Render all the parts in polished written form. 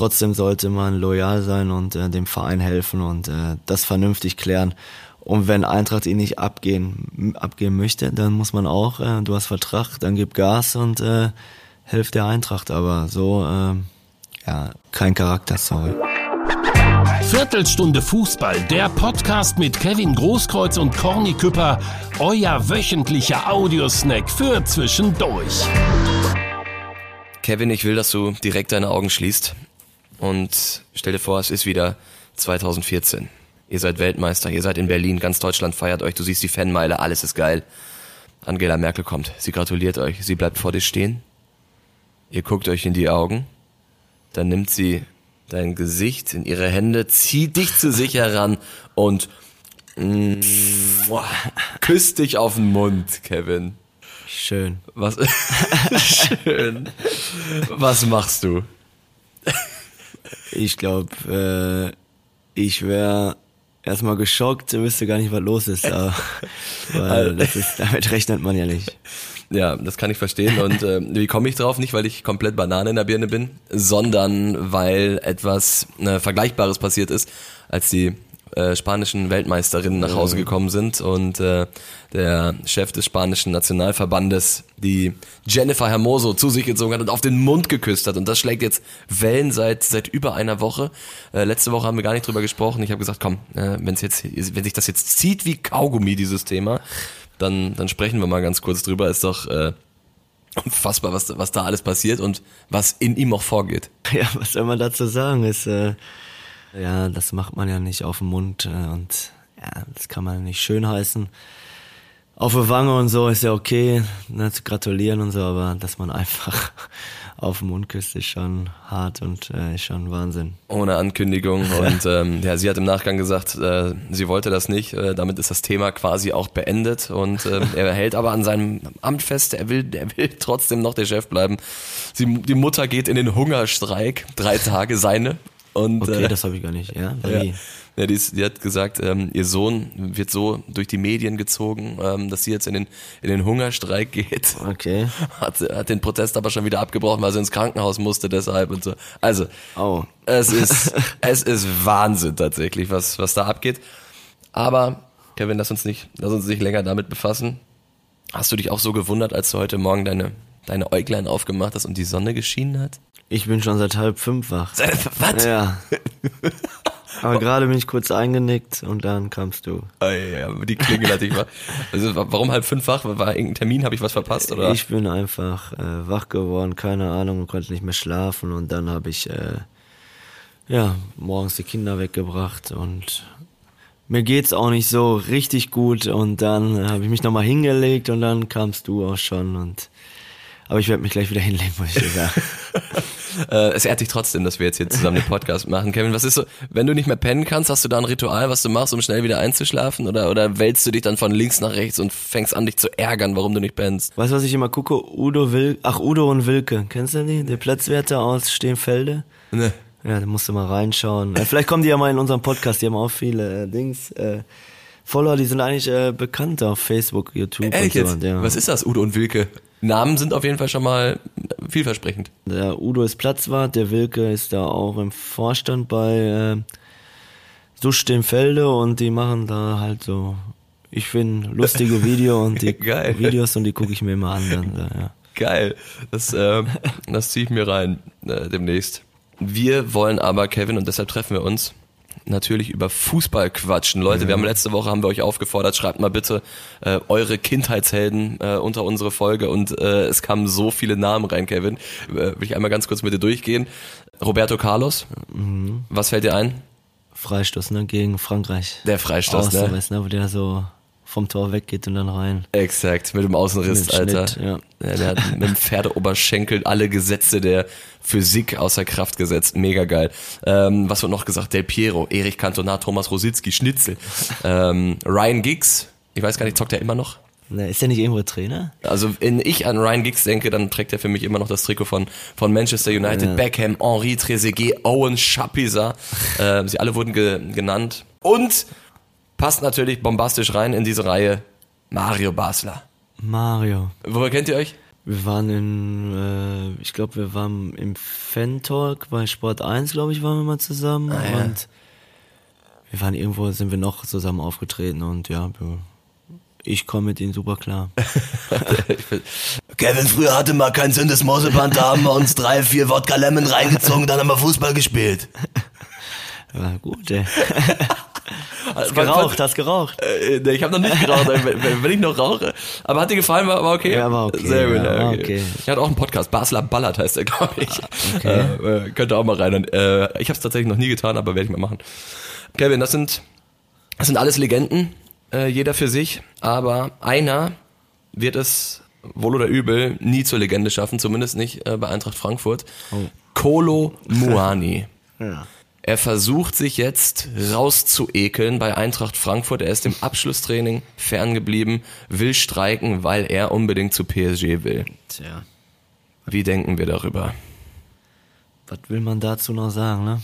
trotzdem sollte man loyal sein und dem Verein helfen und das vernünftig klären. Und wenn Eintracht ihn nicht abgehen möchte, dann muss man auch, du hast Vertrag, dann gib Gas und helf der Eintracht. Aber so, kein Charakter, sorry. Viertelstunde Fußball, der Podcast mit Kevin Großkreuz und Corny Küpper, euer wöchentlicher Audiosnack für zwischendurch. Kevin, ich will, dass du direkt deine Augen schließt und stell dir vor, es ist wieder 2014. Ihr seid Weltmeister, ihr seid in Berlin, ganz Deutschland feiert euch, du siehst die Fanmeile, alles ist geil. Angela Merkel kommt, sie gratuliert euch, sie bleibt vor dir stehen. Ihr guckt euch in die Augen, dann nimmt sie dein Gesicht in ihre Hände, zieht dich zu sich heran und küsst dich auf den Mund, Kevin. Schön. Was? Schön. Was machst du? Ich glaube, ich wäre erstmal geschockt, wüsste gar nicht, was los ist. Aber, weil damit rechnet man ja nicht. Ja, das kann ich verstehen. Und wie komme ich drauf? Nicht, weil ich komplett Banane in der Birne bin, sondern weil etwas Vergleichbares passiert ist, als die spanischen Weltmeisterinnen nach Hause gekommen sind und der Chef des spanischen Nationalverbandes die Jennifer Hermoso zu sich gezogen hat und auf den Mund geküsst hat. Und das schlägt jetzt Wellen seit über einer Woche. Letzte Woche haben wir gar nicht drüber gesprochen. Ich habe gesagt, komm, wenn sich das jetzt zieht wie Kaugummi, dieses Thema, dann sprechen wir mal ganz kurz drüber. Ist doch unfassbar, was da alles passiert und was in ihm auch vorgeht. Ja, was soll man dazu sagen? Das macht man ja nicht auf den Mund und das kann man nicht schön heißen. Auf der Wange und so ist ja okay, zu gratulieren und so, aber dass man einfach auf den Mund küsst, ist schon hart und ist schon Wahnsinn. Ohne Ankündigung und sie hat im Nachgang gesagt, sie wollte das nicht, damit ist das Thema quasi auch beendet und er hält aber an seinem Amt fest, er will trotzdem noch der Chef bleiben. Die Mutter geht in den Hungerstreik, 3 Tage seine. Und, okay, das habe ich gar nicht, ja. Ja, die hat gesagt, ihr Sohn wird so durch die Medien gezogen, dass sie jetzt in den Hungerstreik geht. Okay. Hat den Protest aber schon wieder abgebrochen, weil sie ins Krankenhaus musste deshalb und so. Also, es ist Wahnsinn tatsächlich, was da abgeht. Aber, Kevin, lass uns nicht länger damit befassen. Hast du dich auch so gewundert, als du heute Morgen deine Äuglein aufgemacht hast und die Sonne geschienen hat? Ich bin schon seit 4:30 wach. Was? Ja. Aber gerade bin ich kurz eingenickt und dann kamst du. Ja, die Klingel hatte ich wach. Also warum 4:30 wach? War irgendein Termin? Habe ich was verpasst? Oder? Ich bin einfach wach geworden, keine Ahnung, und konnte nicht mehr schlafen und dann habe ich morgens die Kinder weggebracht und mir geht's auch nicht so richtig gut und dann habe ich mich nochmal hingelegt und dann kamst du auch schon aber ich werde mich gleich wieder hinlegen, muss ich dir sagen. Es ehrt dich trotzdem, dass wir jetzt hier zusammen den Podcast machen. Kevin, was ist so, wenn du nicht mehr pennen kannst, hast du da ein Ritual, was du machst, um schnell wieder einzuschlafen? Oder wälzt du dich dann von links nach rechts und fängst an, dich zu ärgern, warum du nicht pennst? Weißt du, was ich immer gucke? Udo und Wilke. Kennst du die? Der Platzwärter aus Steenfelde? Ne. Ja, da musst du mal reinschauen. Vielleicht kommen die ja mal in unserem Podcast, die haben auch viele Follower, die sind eigentlich bekannt auf Facebook, YouTube Ehrlich und so. jetzt? Ja. Was ist das, Udo und Wilke? Namen sind auf jeden Fall schon mal vielversprechend. Der Udo ist Platzwart, der Wilke ist da auch im Vorstand bei Steenfelde und die machen da halt so, ich finde, lustige Videos und die gucke ich mir immer an. Dann, Geil, das ziehe ich mir rein demnächst. Wir wollen aber, Kevin, und deshalb treffen wir uns, natürlich über Fußball quatschen. Leute, letzte Woche haben wir euch aufgefordert, schreibt mal bitte eure Kindheitshelden unter unsere Folge und es kamen so viele Namen rein, Kevin. Will ich einmal ganz kurz mit dir durchgehen. Roberto Carlos, was fällt dir ein? Freistoß, ne, gegen Frankreich. Der Freistoß, ne? Weißt du, wo der so vom Tor weggeht und dann rein. Exakt, mit dem Außenriss, mit Alter. Schnitt, ja. Der hat mit dem Pferdeoberschenkel alle Gesetze der Physik außer Kraft gesetzt. Mega geil. Was wird noch gesagt? Del Piero, Erich Cantona, Thomas Rositzky, Schnitzel. Ryan Giggs, ich weiß gar nicht, zockt er immer noch? Ne, ist der nicht irgendwo Trainer? Also wenn ich an Ryan Giggs denke, dann trägt er für mich immer noch das Trikot von Manchester United. Ja. Beckham, Henry, Trezeguet, Owen, Chapuisat. Sie alle wurden genannt. Und passt natürlich bombastisch rein in diese Reihe Mario Basler. Mario. Woher kennt ihr euch? Wir waren ich glaube, wir waren im Fan-Talk bei Sport 1, glaube ich, waren wir mal zusammen. Ja. Und wir waren irgendwo, sind wir noch zusammen aufgetreten und ja, ich komme mit ihnen super klar. Kevin, früher hatte mal keinen Sinn des Morseband, da haben wir uns 3, 4 Wodka Lemon reingezogen, dann haben wir Fußball gespielt. Ja, gut, ey. Hast geraucht? Nee, ich habe noch nicht geraucht, wenn ich noch rauche. Aber hat dir gefallen, war okay? Ja, war okay. Sehr gut, ja, war okay. okay. Ich hatte auch einen Podcast, Basler Ballert heißt der, glaube ich. Okay. Könnt ihr auch mal rein. Ich habe es tatsächlich noch nie getan, aber werde ich mal machen. Kevin, das sind alles Legenden, jeder für sich, aber einer wird es, wohl oder übel, nie zur Legende schaffen, zumindest nicht bei Eintracht Frankfurt. Kolo Muani. Ja. Er versucht sich jetzt rauszuekeln bei Eintracht Frankfurt. Er ist im Abschlusstraining ferngeblieben, will streiken, weil er unbedingt zu PSG will. Tja, Wie denken wir darüber? was will man dazu noch sagen, ne?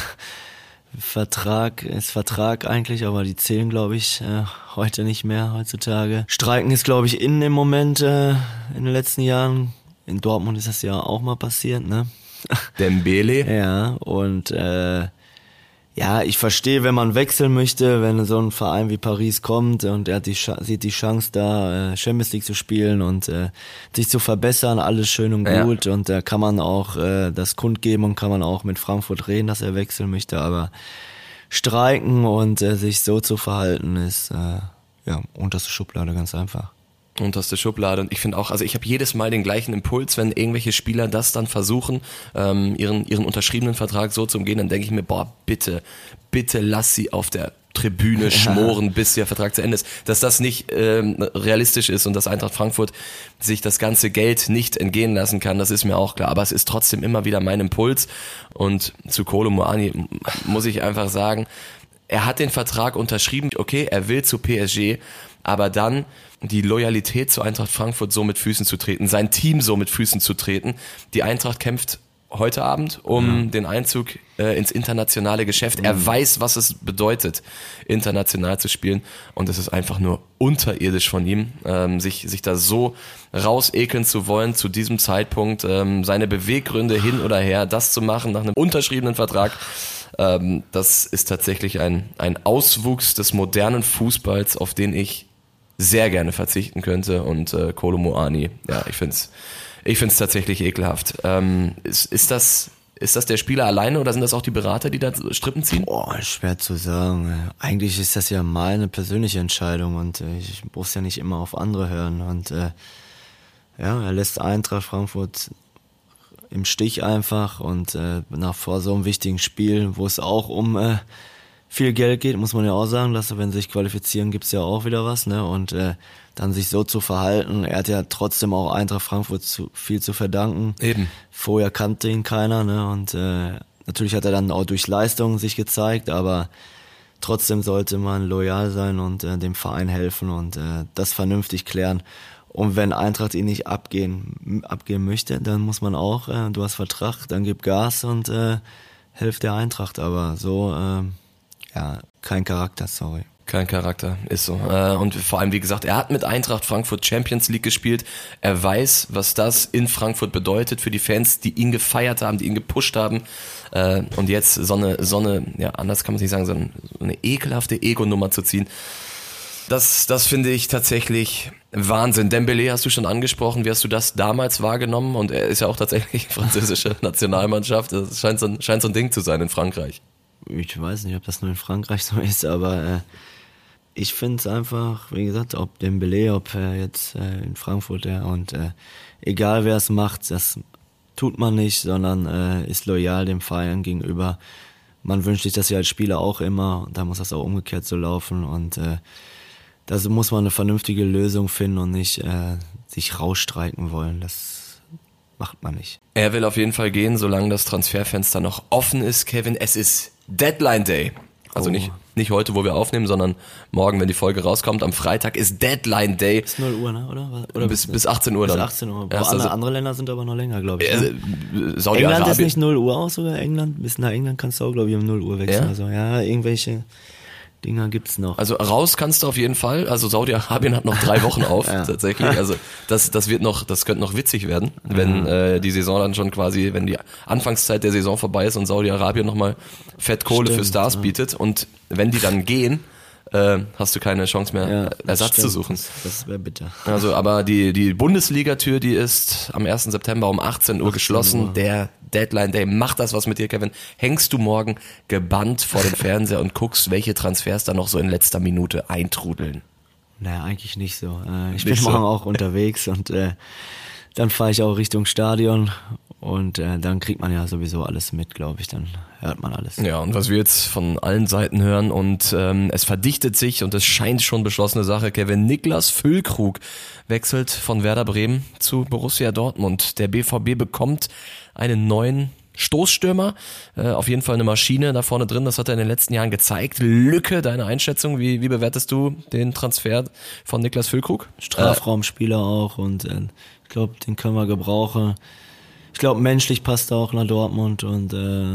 Vertrag ist Vertrag eigentlich, aber die zählen, glaube ich, heute nicht mehr, heutzutage. Streiken ist, glaube ich, im Moment in den letzten Jahren. In Dortmund ist das ja auch mal passiert, ne? Dembele? Ja, und ja, ich verstehe, wenn man wechseln möchte, wenn so ein Verein wie Paris kommt und er sieht die Chance da, Champions League zu spielen und sich zu verbessern, alles schön und gut. Und da kann man auch das kundgeben und kann man auch mit Frankfurt reden, dass er wechseln möchte, aber streiken und sich so zu verhalten ist ja unterste Schublade, ganz einfach. Unterste Schublade. Und ich finde auch, also ich habe jedes Mal den gleichen Impuls, wenn irgendwelche Spieler das dann versuchen, ihren unterschriebenen Vertrag so zu umgehen, dann denke ich mir, boah, bitte lass sie auf der Tribüne schmoren, bis der Vertrag zu Ende ist. Dass das nicht realistisch ist und dass Eintracht Frankfurt sich das ganze Geld nicht entgehen lassen kann, das ist mir auch klar. Aber es ist trotzdem immer wieder mein Impuls. Und zu Kolo Muani muss ich einfach sagen, er hat den Vertrag unterschrieben, okay, er will zu PSG, aber dann die Loyalität zu Eintracht Frankfurt so mit Füßen zu treten, sein Team so mit Füßen zu treten. Die Eintracht kämpft heute Abend um den Einzug ins internationale Geschäft. Er weiß, was es bedeutet, international zu spielen, und es ist einfach nur unterirdisch von ihm, sich da so rausekeln zu wollen zu diesem Zeitpunkt, seine Beweggründe hin oder her, das zu machen nach einem unterschriebenen Vertrag. Das ist tatsächlich ein Auswuchs des modernen Fußballs, auf den ich sehr gerne verzichten könnte, und Kolo Muani, ja, ich find's tatsächlich ekelhaft. Ist das der Spieler alleine oder sind das auch die Berater, die da Strippen ziehen? Boah, schwer zu sagen. Eigentlich ist das ja meine persönliche Entscheidung und ich muss ja nicht immer auf andere hören. Und ja, er lässt Eintracht Frankfurt im Stich einfach, und vor so einem wichtigen Spiel, wo es auch um viel Geld geht, muss man ja auch sagen, dass wenn sie sich qualifizieren, gibt's ja auch wieder was, ne? Und dann sich so zu verhalten, er hat ja trotzdem auch Eintracht Frankfurt viel zu verdanken. Eben. Vorher kannte ihn keiner, ne? Und natürlich hat er dann auch durch Leistung sich gezeigt, aber trotzdem sollte man loyal sein und dem Verein helfen und das vernünftig klären. Und wenn Eintracht ihn nicht abgehen möchte, dann muss man auch, du hast Vertrag, dann gib Gas und helf der Eintracht. Aber so, ja, kein Charakter, sorry. Kein Charakter, ist so. Und vor allem, wie gesagt, er hat mit Eintracht Frankfurt Champions League gespielt. Er weiß, was das in Frankfurt bedeutet für die Fans, die ihn gefeiert haben, die ihn gepusht haben. Und jetzt so eine, ja, anders kann man es nicht sagen, so eine ekelhafte Ego-Nummer zu ziehen. Das finde ich tatsächlich Wahnsinn. Dembele hast du schon angesprochen. Wie hast du das damals wahrgenommen? Und er ist ja auch tatsächlich französische Nationalmannschaft. Das scheint so ein Ding zu sein in Frankreich. Ich weiß nicht, ob das nur in Frankreich so ist, aber ich finde es einfach, wie gesagt, ob Dembele, ob jetzt in Frankfurt, und egal wer es macht, das tut man nicht, sondern ist loyal dem Verein gegenüber. Man wünscht sich das ja als Spieler auch immer, da muss das auch umgekehrt so laufen, und da muss man eine vernünftige Lösung finden und nicht sich rausstreiken wollen. Das macht man nicht. Er will auf jeden Fall gehen, solange das Transferfenster noch offen ist, Kevin. Es ist Deadline Day. Also nicht heute, wo wir aufnehmen, sondern morgen, wenn die Folge rauskommt. Am Freitag ist Deadline Day. Bis 0 Uhr, ne? Oder bis 18 Uhr dann. Bis 18 Uhr. Ja, also andere Länder sind aber noch länger, glaube ich. Saudi-Arabien. England ist nicht 0 Uhr auch sogar, England. Bis nach England kannst du auch, glaube ich, um 0 Uhr wechseln. Ja? Also ja, irgendwelche Dinger gibt's noch. Also raus kannst du auf jeden Fall. Also Saudi-Arabien hat noch 3 Wochen auf, tatsächlich. Also das könnte noch witzig werden, wenn die Saison dann schon quasi, wenn die Anfangszeit der Saison vorbei ist und Saudi-Arabien nochmal fett Kohle für Stars bietet. Und wenn die dann gehen, hast du keine Chance mehr, Ersatz zu suchen. Das wäre bitter. Also, aber die Bundesliga-Tür, die ist am 1. September um 18 Uhr geschlossen. Der Deadline Day. Macht das was mit dir, Kevin? Hängst du morgen gebannt vor dem Fernseher und guckst, welche Transfers da noch so in letzter Minute eintrudeln? Naja, eigentlich nicht so. Ich bin morgen auch unterwegs und dann fahre ich auch Richtung Stadion und dann kriegt man ja sowieso alles mit, glaube ich. Dann hört man alles. Ja, und was wir jetzt von allen Seiten hören und es verdichtet sich und es scheint schon beschlossene Sache, Kevin, Niklas Füllkrug wechselt von Werder Bremen zu Borussia Dortmund. Der BVB bekommt einen neuen Stoßstürmer, auf jeden Fall eine Maschine da vorne drin, das hat er in den letzten Jahren gezeigt. Lücke, deine Einschätzung, wie bewertest du den Transfer von Niklas Füllkrug? Strafraumspieler auch und ich glaube, den können wir gebrauchen. Ich glaube, menschlich passt er auch nach Dortmund und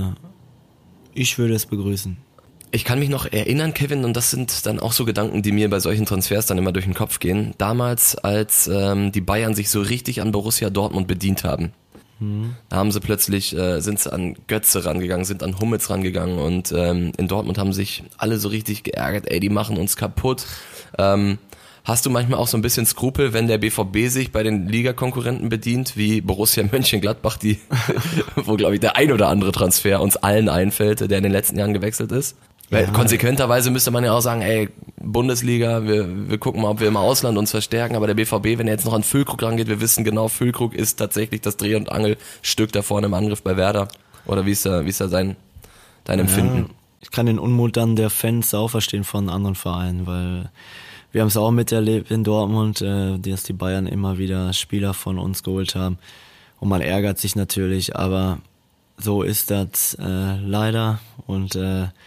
ich würde es begrüßen. Ich kann mich noch erinnern, Kevin, und das sind dann auch so Gedanken, die mir bei solchen Transfers dann immer durch den Kopf gehen. Damals, als die Bayern sich so richtig an Borussia Dortmund bedient haben. Da haben sie plötzlich, sind sie an Götze rangegangen, sind an Hummels rangegangen und in Dortmund haben sich alle so richtig geärgert, die machen uns kaputt. Hast du manchmal auch so ein bisschen Skrupel, wenn der BVB sich bei den Ligakonkurrenten bedient, wie Borussia Mönchengladbach, wo glaube ich der ein oder andere Transfer uns allen einfällt, der in den letzten Jahren gewechselt ist? Weil konsequenterweise müsste man ja auch sagen, Bundesliga, wir gucken mal, ob wir im Ausland uns verstärken, aber der BVB, wenn er jetzt noch an Füllkrug rangeht, wir wissen genau, Füllkrug ist tatsächlich das Dreh- und Angelstück da vorne im Angriff bei Werder. Oder wie ist da dein Empfinden? Ich kann den Unmut dann der Fans auch verstehen von anderen Vereinen, weil wir haben es auch miterlebt in Dortmund, dass die Bayern immer wieder Spieler von uns geholt haben und man ärgert sich natürlich, aber so ist das leider und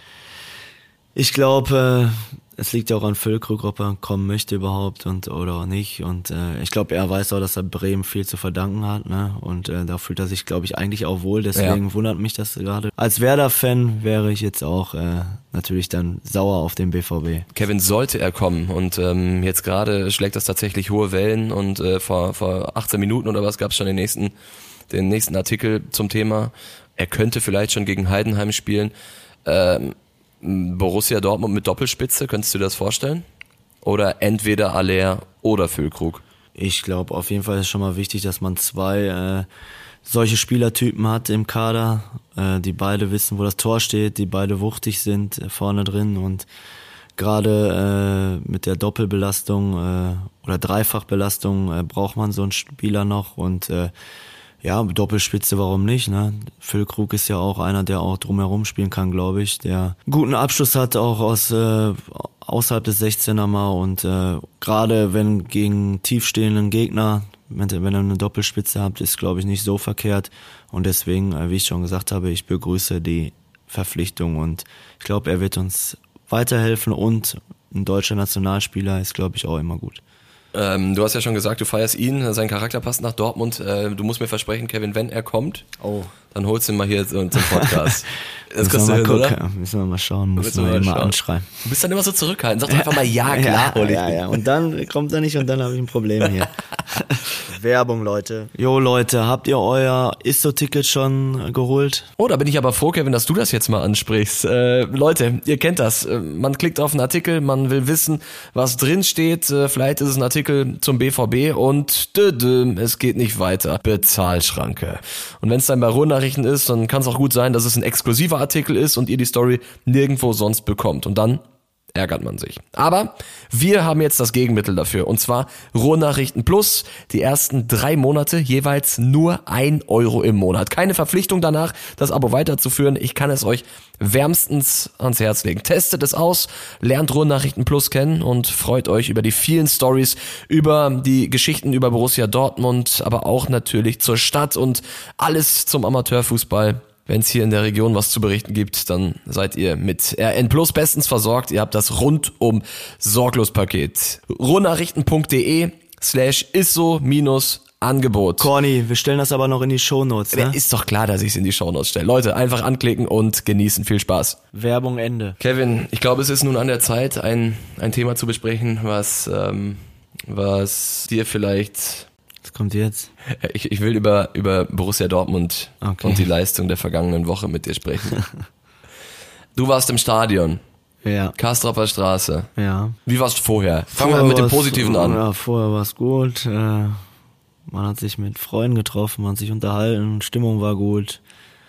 ich glaube, es liegt ja auch an Füllkrug, ob er kommen möchte überhaupt oder nicht. Und ich glaube, er weiß auch, dass er Bremen viel zu verdanken hat, ne? Und da fühlt er sich, glaube ich, eigentlich auch wohl. Deswegen wundert mich das gerade. Als Werder-Fan wäre ich jetzt auch natürlich dann sauer auf den BVB. Kevin, sollte er kommen und jetzt gerade schlägt das tatsächlich hohe Wellen und vor 18 Minuten oder was gab es schon den nächsten Artikel zum Thema. Er könnte vielleicht schon gegen Heidenheim spielen. Borussia Dortmund mit Doppelspitze, könntest du dir das vorstellen? Oder entweder Aller oder Füllkrug? Ich glaube, auf jeden Fall ist schon mal wichtig, dass man 2 solche Spielertypen hat im Kader, die beide wissen, wo das Tor steht, die beide wuchtig sind vorne drin und gerade mit der Doppelbelastung oder Dreifachbelastung braucht man so einen Spieler noch und Doppelspitze, warum nicht, ne? Füllkrug ist ja auch einer, der auch drumherum spielen kann, glaube ich, der einen guten Abschluss hat, auch außerhalb des 16er mal und gerade wenn gegen tiefstehenden Gegner, wenn ihr eine Doppelspitze habt, ist, glaube ich, nicht so verkehrt und deswegen, wie ich schon gesagt habe, ich begrüße die Verpflichtung und ich glaube, er wird uns weiterhelfen und ein deutscher Nationalspieler ist, glaube ich, auch immer gut. Du hast ja schon gesagt, du feierst ihn, sein Charakter passt nach Dortmund. Du musst mir versprechen, Kevin, wenn er kommt, dann holst du ihn mal hier zum Podcast. Das kriegst du hin, oder? Müssen wir mal schauen, müssen wir ihn mal anschreiben. Du bist dann immer so zurückhaltend, sag doch einfach mal ja, klar, hol ich. Ja, und dann kommt er nicht und dann habe ich ein Problem hier. Werbung, Leute. Jo, Leute, habt ihr euer Isto-Ticket schon geholt? Oh, da bin ich aber froh, Kevin, dass du das jetzt mal ansprichst. Leute, ihr kennt das. Man klickt auf einen Artikel, man will wissen, was drin steht. Vielleicht ist es ein Artikel zum BVB und es geht nicht weiter. Bezahlschranke. Und wenn es dann bei Ruhrnachrichten ist, dann kann es auch gut sein, dass es ein exklusiver Artikel ist und ihr die Story nirgendwo sonst bekommt. Und dann ärgert man sich. Aber wir haben jetzt das Gegenmittel dafür und zwar Ruhrnachrichten Plus, die ersten 3 Monate jeweils nur 1 Euro im Monat. Keine Verpflichtung danach, das Abo weiterzuführen. Ich kann es euch wärmstens ans Herz legen. Testet es aus, lernt Ruhrnachrichten Plus kennen und freut euch über die vielen Stories, über die Geschichten über Borussia Dortmund, aber auch natürlich zur Stadt und alles zum Amateurfußball. Wenn es hier in der Region was zu berichten gibt, dann seid ihr mit RN Plus bestens versorgt. Ihr habt das rundum Sorglos-Paket. Ruhrnachrichten.de/isso-abo Angebot. Corny, wir stellen das aber noch in die Shownotes, ne? Ist doch klar, dass ich es in die Shownotes stelle. Leute, einfach anklicken und genießen. Viel Spaß. Werbung Ende. Kevin, ich glaube, es ist nun an der Zeit, ein Thema zu besprechen, was dir vielleicht... Was kommt jetzt? Ich will über Borussia Dortmund Okay. und die Leistung der vergangenen Woche mit dir sprechen. Du warst im Stadion, Ja. Kastropper Straße. Ja. Wie warst du vorher? Fangen wir mit dem Positiven an. Ja, vorher war es gut. Man hat sich mit Freunden getroffen, man hat sich unterhalten, Stimmung war gut.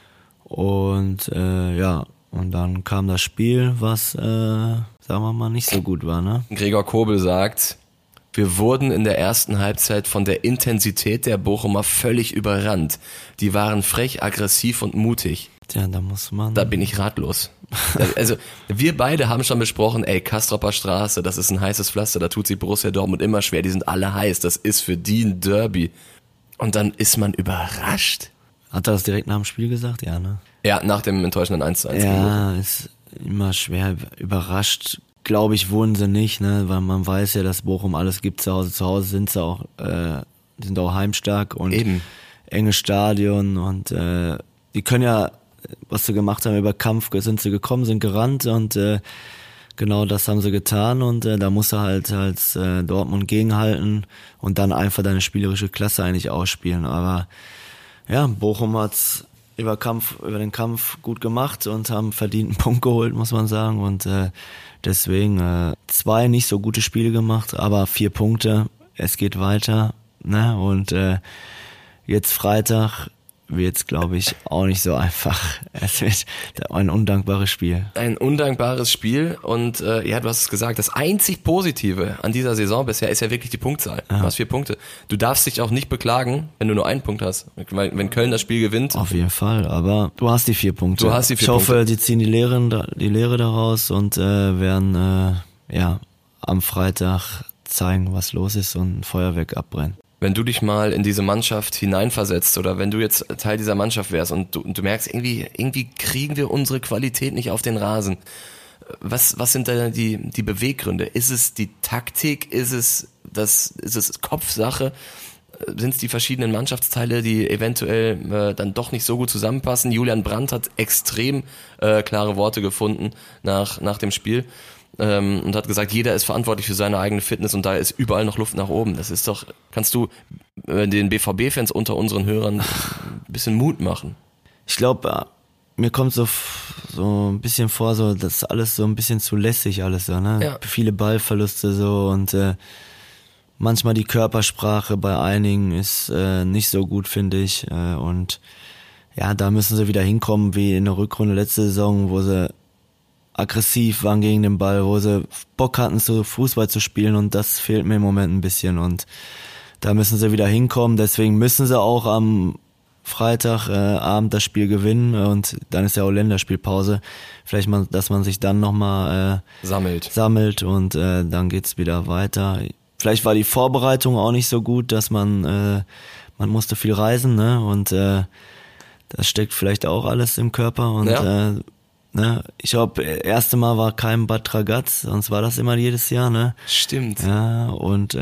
Und und dann kam das Spiel, was, sagen wir mal, nicht so gut war, ne? Gregor Kobel sagt, wir wurden in der ersten Halbzeit von der Intensität der Bochumer völlig überrannt. Die waren frech, aggressiv und mutig. Tja, da muss man... Da bin ich ratlos. Also, wir beide haben schon besprochen, Kastropper Straße, das ist ein heißes Pflaster, da tut sich Borussia Dortmund immer schwer, die sind alle heiß, das ist für die ein Derby. Und dann ist man überrascht. Hat er das direkt nach dem Spiel gesagt? Ja, ne? Ja, nach dem enttäuschenden 1:1. Ja, ist immer schwer. Überrascht, glaube ich, wurden sie nicht, ne? Weil man weiß ja, dass Bochum alles gibt zu Hause. Zu Hause sind sie auch, sind auch heimstark und Eben. enge Stadion und die können ja, was sie gemacht haben, über Kampf sind sie gekommen, sind gerannt und genau das haben sie getan und da musst du halt als Dortmund gegenhalten und dann einfach deine spielerische Klasse eigentlich ausspielen. Aber ja, Bochum hat's über den Kampf gut gemacht und haben verdienten Punkt geholt, muss man sagen. Und deswegen 2 nicht so gute Spiele gemacht, aber 4 Punkte, es geht weiter. Ne? Und jetzt Freitag wird's, glaube ich, auch nicht so einfach. Es wird ein undankbares Spiel. Ein undankbares Spiel und du hast es gesagt, das einzig Positive an dieser Saison bisher ist ja wirklich die Punktzahl. Du hast 4 Punkte. Du darfst dich auch nicht beklagen, wenn du nur 1 Punkt hast. Weil, wenn Köln das Spiel gewinnt. Auf jeden Fall, aber du hast die 4 Punkte. Du hast die 4 Ich hoffe, Punkte. die ziehen die Lehre daraus und werden am Freitag zeigen, was los ist und ein Feuerwerk abbrennen. Wenn du dich mal in diese Mannschaft hineinversetzt oder wenn du jetzt Teil dieser Mannschaft wärst und du merkst, irgendwie kriegen wir unsere Qualität nicht auf den Rasen. Was sind da die Beweggründe? Ist es die Taktik? Ist es Kopfsache? Sind es die verschiedenen Mannschaftsteile, die eventuell dann doch nicht so gut zusammenpassen? Julian Brandt hat extrem klare Worte gefunden nach dem Spiel. Und hat gesagt, jeder ist verantwortlich für seine eigene Fitness und da ist überall noch Luft nach oben. Das ist doch, kannst du den BVB-Fans unter unseren Hörern ein bisschen Mut machen? Ich glaube, mir kommt so ein bisschen vor, so das ist alles so ein bisschen zu lässig alles so, ne? Ja. Viele Ballverluste so und manchmal die Körpersprache bei einigen ist nicht so gut, finde ich. Und ja, da müssen sie wieder hinkommen wie in der Rückrunde letzte Saison, wo sie aggressiv waren gegen den Ball, wo sie Bock hatten, so Fußball zu spielen und das fehlt mir im Moment ein bisschen und da müssen sie wieder hinkommen, deswegen müssen sie auch am Freitagabend das Spiel gewinnen und dann ist ja auch Länderspielpause, vielleicht mal, dass man sich dann nochmal sammelt und dann geht's wieder weiter. Vielleicht war die Vorbereitung auch nicht so gut, dass man musste viel reisen, ne, und das steckt vielleicht auch alles im Körper und ne, ich glaube, erste Mal war kein Bad Ragaz, sonst war das immer jedes Jahr, ne? Stimmt. Ja, und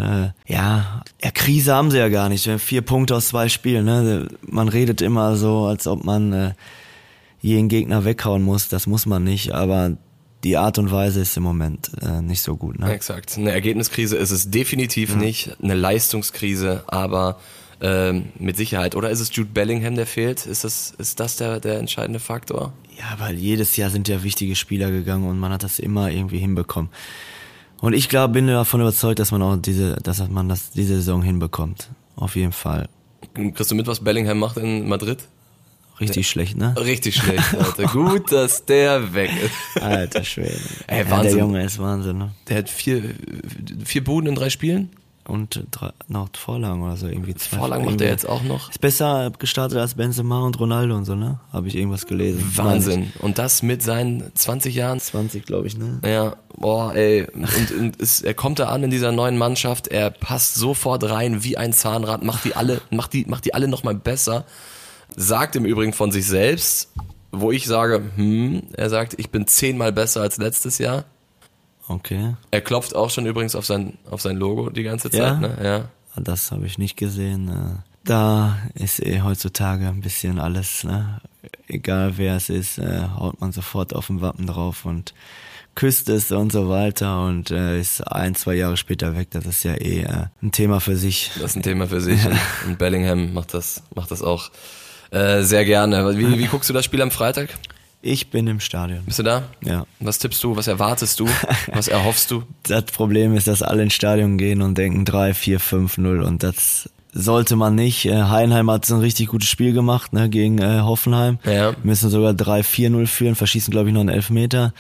Krise haben sie ja gar nicht. 4 Punkte aus 2 Spielen, ne? Man redet immer so, als ob man jeden Gegner weghauen muss. Das muss man nicht, aber die Art und Weise ist im Moment nicht so gut, ne? Exakt. Eine Ergebniskrise ist es definitiv nicht, eine Leistungskrise, aber mit Sicherheit. Oder ist es Jude Bellingham, der fehlt? Ist das der entscheidende Faktor? Ja, weil jedes Jahr sind ja wichtige Spieler gegangen und man hat das immer irgendwie hinbekommen. Und ich glaube, bin davon überzeugt, dass man diese Saison hinbekommt. Auf jeden Fall. Kriegst du mit, was Bellingham macht in Madrid? Richtig schlecht, ne? Richtig schlecht, Alter. Gut, dass der weg ist. Alter Schwede. Ey, Ja, Wahnsinn. der Junge ist Wahnsinn, ne? Der hat 4 Buden in 3 Spielen. Und noch Vorlagen oder so, irgendwie 2. Vorlagen macht er jetzt auch noch. Ist besser gestartet als Benzema und Ronaldo und so, ne? Habe ich irgendwas gelesen. Wahnsinn. Und das mit seinen 20 Jahren. 20, glaube ich, ne? Ja, boah, ey. Und er kommt da an in dieser neuen Mannschaft, er passt sofort rein wie ein Zahnrad, macht die alle noch mal besser. Sagt im Übrigen von sich selbst, wo ich sage, er sagt, ich bin 10-mal besser als letztes Jahr. Okay. Er klopft auch schon übrigens auf sein Logo die ganze Zeit, Ja? ne? Ja. das habe ich nicht gesehen. Da ist heutzutage ein bisschen alles, ne? Egal wer es ist, haut man sofort auf dem Wappen drauf und küsst es und so weiter und ist 1-2 Jahre später weg. Das ist ja ein Thema für sich. Das ist ein Thema für sich und Bellingham macht das auch sehr gerne. Wie guckst du das Spiel am Freitag? Ich bin im Stadion. Bist du da? Ja. Was tippst du? Was erwartest du? Was erhoffst du? Das Problem ist, dass alle ins Stadion gehen und denken 3-4-5-0 und das sollte man nicht. Heidenheim hat so ein richtig gutes Spiel gemacht, ne, gegen Hoffenheim. Ja. Müssen sogar 3-4-0 führen, verschießen glaube ich noch einen Elfmeter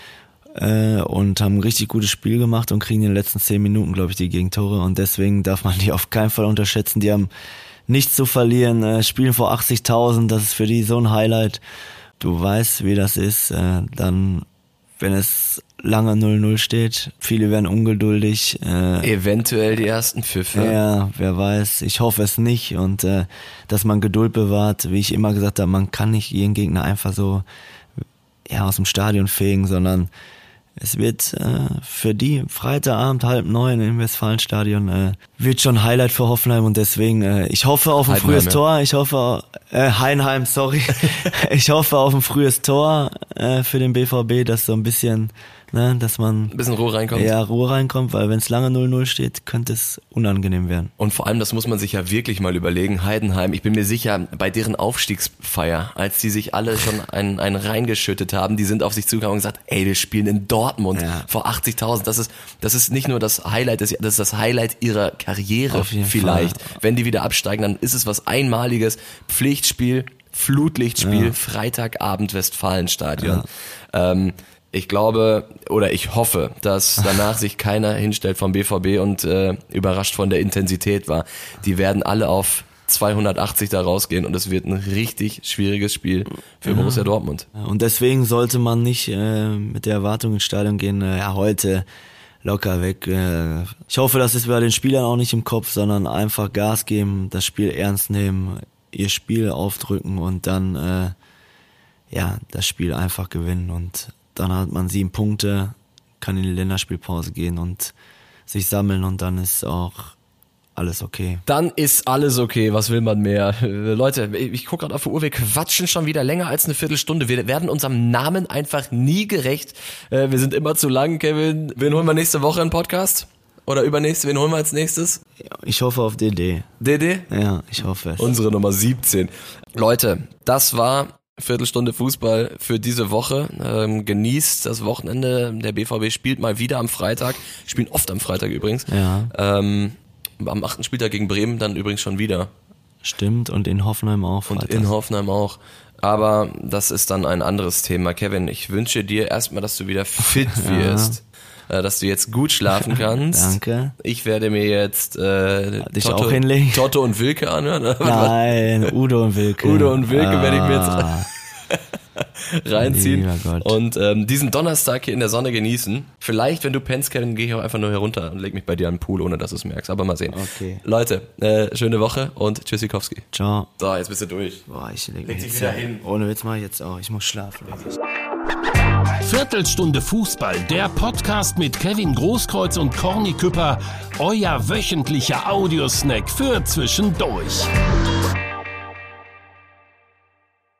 und haben ein richtig gutes Spiel gemacht und kriegen in den letzten 10 Minuten glaube ich die Gegentore und deswegen darf man die auf keinen Fall unterschätzen. Die haben nichts zu verlieren, spielen vor 80.000, das ist für die so ein Highlight. Du weißt, wie das ist, dann, wenn es lange 0-0 steht, viele werden ungeduldig. Eventuell die ersten Pfiffe. Ja, wer weiß, ich hoffe es nicht und dass man Geduld bewahrt, wie ich immer gesagt habe, man kann nicht jeden Gegner einfach so aus dem Stadion fegen, sondern es wird für die Freitagabend 8:30 im Westfalenstadion wird schon ein Highlight für Hoffenheim und deswegen ich hoffe auf ein frühes Tor. Ich hoffe Heidenheim, sorry. Ich hoffe auf ein frühes Tor für den BVB, dass so ein bisschen, ne, dass man ein bisschen Ruhe reinkommt. Ja, Ruhe reinkommt, weil wenn es lange 0-0 steht, könnte es unangenehm werden. Und vor allem, das muss man sich ja wirklich mal überlegen, Heidenheim, ich bin mir sicher, bei deren Aufstiegsfeier, als die sich alle schon einen reingeschüttet haben, die sind auf sich zugegangen und gesagt, ey, wir spielen in Dortmund vor 80.000. Das ist nicht nur das Highlight, das ist das Highlight ihrer Karriere vielleicht. Fall. Wenn die wieder absteigen, dann ist es was Einmaliges. Pflichtspiel, Flutlichtspiel, Freitagabend Westfalenstadion. Ja. Ich glaube oder ich hoffe, dass danach sich keiner hinstellt vom BVB und überrascht von der Intensität war. Die werden alle auf 280 da rausgehen und es wird ein richtig schwieriges Spiel für Borussia Dortmund. Und deswegen sollte man nicht mit der Erwartung ins Stadion gehen, heute locker weg. Ich hoffe, das ist bei den Spielern auch nicht im Kopf, sondern einfach Gas geben, das Spiel ernst nehmen, ihr Spiel aufdrücken und dann das Spiel einfach gewinnen und dann hat man 7 Punkte, kann in die Länderspielpause gehen und sich sammeln und dann ist auch alles okay. Dann ist alles okay, was will man mehr? Leute, ich gucke gerade auf die Uhr, wir quatschen schon wieder länger als eine Viertelstunde. Wir werden unserem Namen einfach nie gerecht. Wir sind immer zu lang, Kevin. Wen holen wir nächste Woche in Podcast? Oder übernächste, wen holen wir als nächstes? Ich hoffe auf DD. DD? Ja, ich hoffe es. Unsere Nummer 17. Leute, das war Viertelstunde Fußball für diese Woche. Genießt das Wochenende. Der BVB spielt mal wieder am Freitag. Spielen oft am Freitag übrigens. Ja. Am 8. Spieltag gegen Bremen dann übrigens schon wieder. Stimmt, und in Hoffenheim auch. Freitag. Und in Hoffenheim auch. Aber das ist dann ein anderes Thema. Kevin, ich wünsche dir erstmal, dass du wieder fit wirst. Dass du jetzt gut schlafen kannst. Danke. Ich werde mir jetzt dich auch hinlegen? Toto und Wilke anhören. Nein, Udo und Wilke. Udo und Wilke werde ich mir jetzt reinziehen. Lieber Gott. Und diesen Donnerstag hier in der Sonne genießen. Vielleicht, wenn du pennst, Kevin, gehe ich auch einfach nur herunter und leg mich bei dir an den Pool, ohne dass du es merkst. Aber mal sehen. Okay. Leute, schöne Woche und Tschüssikowski. Ciao. So, jetzt bist du durch. Boah, ich leg dich wieder hin. Ohne Witz mach ich jetzt auch. Ich muss schlafen. Viertelstunde Fußball, der Podcast mit Kevin Großkreuz und Corny Küpper, euer wöchentlicher Audiosnack für zwischendurch.